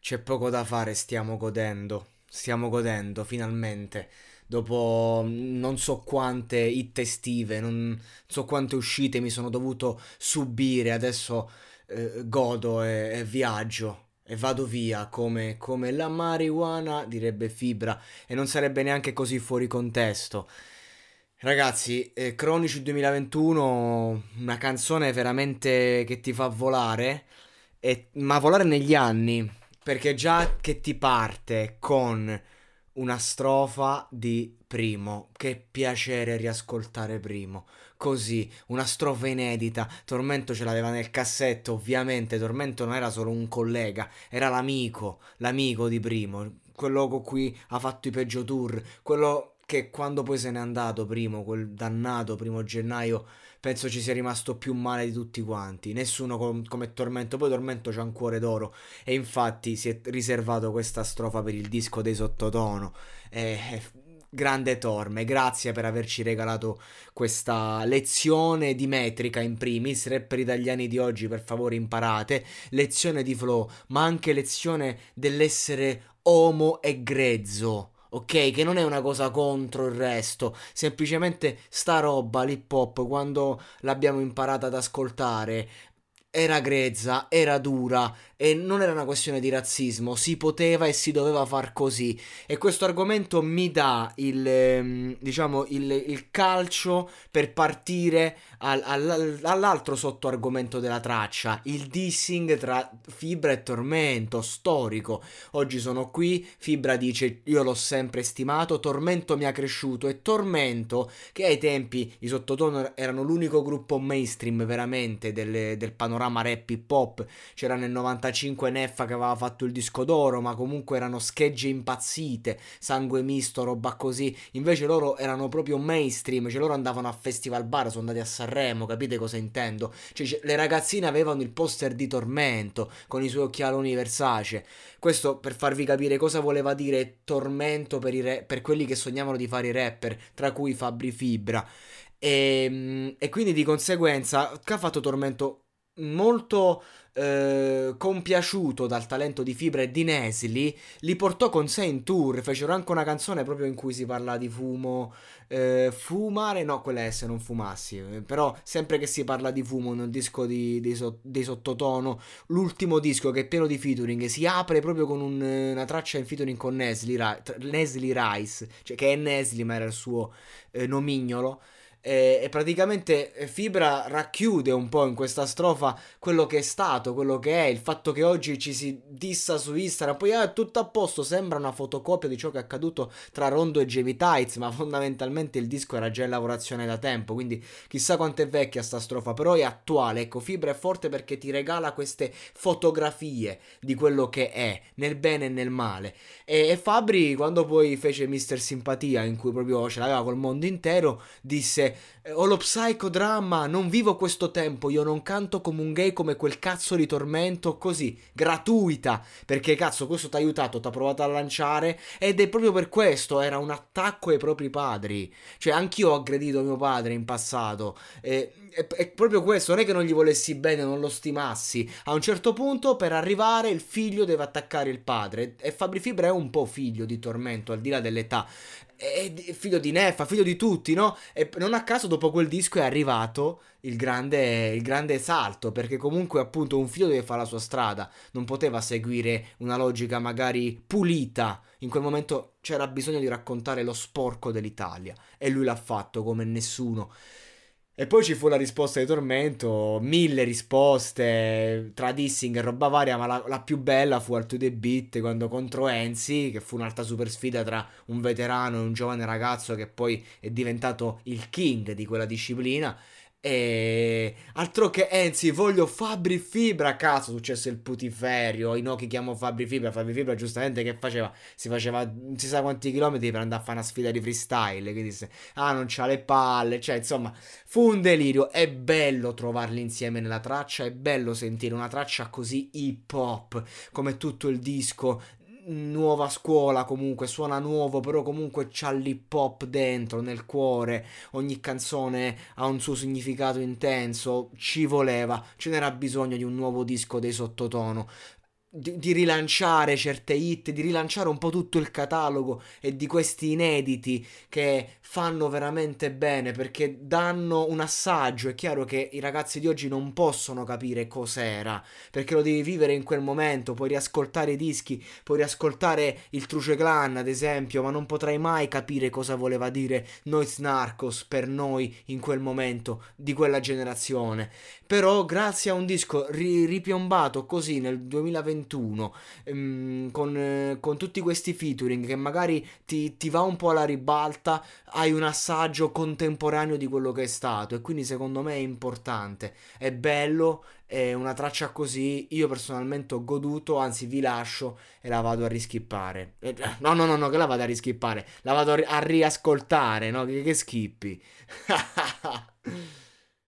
C'è poco da fare, stiamo godendo finalmente. Dopo non so quante hit estive, non so quante uscite mi sono dovuto subire, adesso godo e viaggio e vado via come la marijuana, direbbe Fibra, e non sarebbe neanche così fuori contesto. Ragazzi, Cronici 2021, una canzone veramente che ti fa volare, ma volare negli anni, perché già che ti parte con una strofa di Primo, che piacere riascoltare Primo, così, una strofa inedita, Tormento ce l'aveva nel cassetto, ovviamente Tormento non era solo un collega, era l'amico di Primo, quello con cui ha fatto i peggio tour, quello che quando poi se n'è andato Primo, quel dannato primo gennaio, penso ci sia rimasto più male di tutti quanti. Nessuno come Tormento. Poi Tormento c'ha un cuore d'oro. E infatti si è riservato questa strofa per il disco dei Sottotono. Grande Torme, grazie per averci regalato questa lezione di metrica in primis. Rapper italiani di oggi, per favore, imparate. Lezione di flow, ma anche lezione dell'essere omo e grezzo. Ok, che non è una cosa contro il resto, semplicemente sta roba, l'hip hop, quando l'abbiamo imparata ad ascoltare, era grezza, era dura e non era una questione di razzismo, si poteva e si doveva far così. E questo argomento mi dà diciamo, il calcio per partire all'altro sottoargomento della traccia, il dissing tra Fibra e Tormento, storico. Oggi sono qui, Fibra dice io l'ho sempre stimato, Tormento mi ha cresciuto e Tormento, che ai tempi i Sottotono erano l'unico gruppo mainstream veramente del panorama rap hip hop, c'era nel 95 Neffa che aveva fatto il disco d'oro, ma comunque erano schegge impazzite, sangue misto, roba così, invece loro erano proprio mainstream, cioè loro andavano a festival bar, sono andati a Sanremo, capite cosa intendo? Cioè, le ragazzine avevano il poster di Tormento con i suoi occhialoni Versace. Questo per farvi capire cosa voleva dire tormento per quelli che sognavano di fare i rapper, tra cui Fabri Fibra. E quindi di conseguenza, che ha fatto Tormento molto compiaciuto dal talento di Fibra e di Nesli, li portò con sé in tour. Fecero anche una canzone proprio in cui si parla di fumo. Fumare, no, quella è se non fumassi. Però, sempre che si parla di fumo nel disco dei Sottotono, l'ultimo disco che è pieno di featuring, si apre proprio con una traccia in featuring con Nesli Rice, cioè che è Nesli, ma era il suo nomignolo. E praticamente Fibra racchiude un po' in questa strofa quello che è stato, quello che è, il fatto che oggi ci si dissa su Instagram, poi è tutto a posto, sembra una fotocopia di ciò che è accaduto tra Rondo e Jamie Tights, ma fondamentalmente il disco era già in lavorazione da tempo, quindi chissà quanto è vecchia sta strofa, però è attuale. Ecco, Fibra è forte perché ti regala queste fotografie di quello che è, nel bene e nel male. E Fabri, quando poi fece Mister Simpatia, in cui proprio ce l'aveva col mondo intero, disse: ho lo psicodramma, non vivo questo tempo, io non canto come un gay come quel cazzo di Tormento, così, gratuita, perché cazzo questo ti ha aiutato, ti ha provato a lanciare, ed è proprio per questo, era un attacco ai propri padri, cioè anch'io ho aggredito mio padre in passato, è proprio questo, non è che non gli volessi bene, non lo stimassi, a un certo punto per arrivare il figlio deve attaccare il padre, e Fabri Fibra è un po' figlio di Tormento, al di là dell'età, è figlio di Neffa, figlio di tutti, no? E non a caso dopo quel disco è arrivato il grande salto, perché comunque appunto un figlio deve fare la sua strada, non poteva seguire una logica magari pulita, in quel momento c'era bisogno di raccontare lo sporco dell'Italia e lui l'ha fatto come nessuno. E poi ci fu la risposta di Tormento, mille risposte, tra dissing e roba varia, ma la più bella fu al To The Beat quando contro Enzi, che fu un'altra super sfida tra un veterano e un giovane ragazzo che poi è diventato il king di quella disciplina. E altro che Enzi, voglio Fabri Fibra, cazzo, successo il putiferio, Inoki chiamò Fabri Fibra giustamente che faceva? Si faceva non si sa quanti chilometri per andare a fare una sfida di freestyle, che disse, ah non c'ha le palle, cioè insomma fu un delirio, è bello trovarli insieme nella traccia, è bello sentire una traccia così hip hop, come tutto il disco, nuova scuola comunque, suona nuovo, però comunque c'ha l'hip hop dentro, nel cuore, ogni canzone ha un suo significato intenso, ci voleva, ce n'era bisogno di un nuovo disco dei Sottotono. di rilanciare certe hit, di rilanciare un po' tutto il catalogo e di questi inediti che fanno veramente bene perché danno un assaggio. È chiaro che i ragazzi di oggi non possono capire cos'era perché lo devi vivere in quel momento, puoi riascoltare i dischi, puoi riascoltare il Truce Clan ad esempio, ma non potrai mai capire cosa voleva dire Noise Narcos per noi in quel momento di quella generazione. Però grazie a un disco ripiombato così nel 2021, con tutti questi featuring che magari ti va un po' alla ribalta, hai un assaggio contemporaneo di quello che è stato e quindi secondo me è importante, è bello, è una traccia così, io personalmente ho goduto, anzi vi lascio e la vado a riskippare. No, no, no, no, che la vado a riskippare, la vado a riascoltare, no? Che schippi.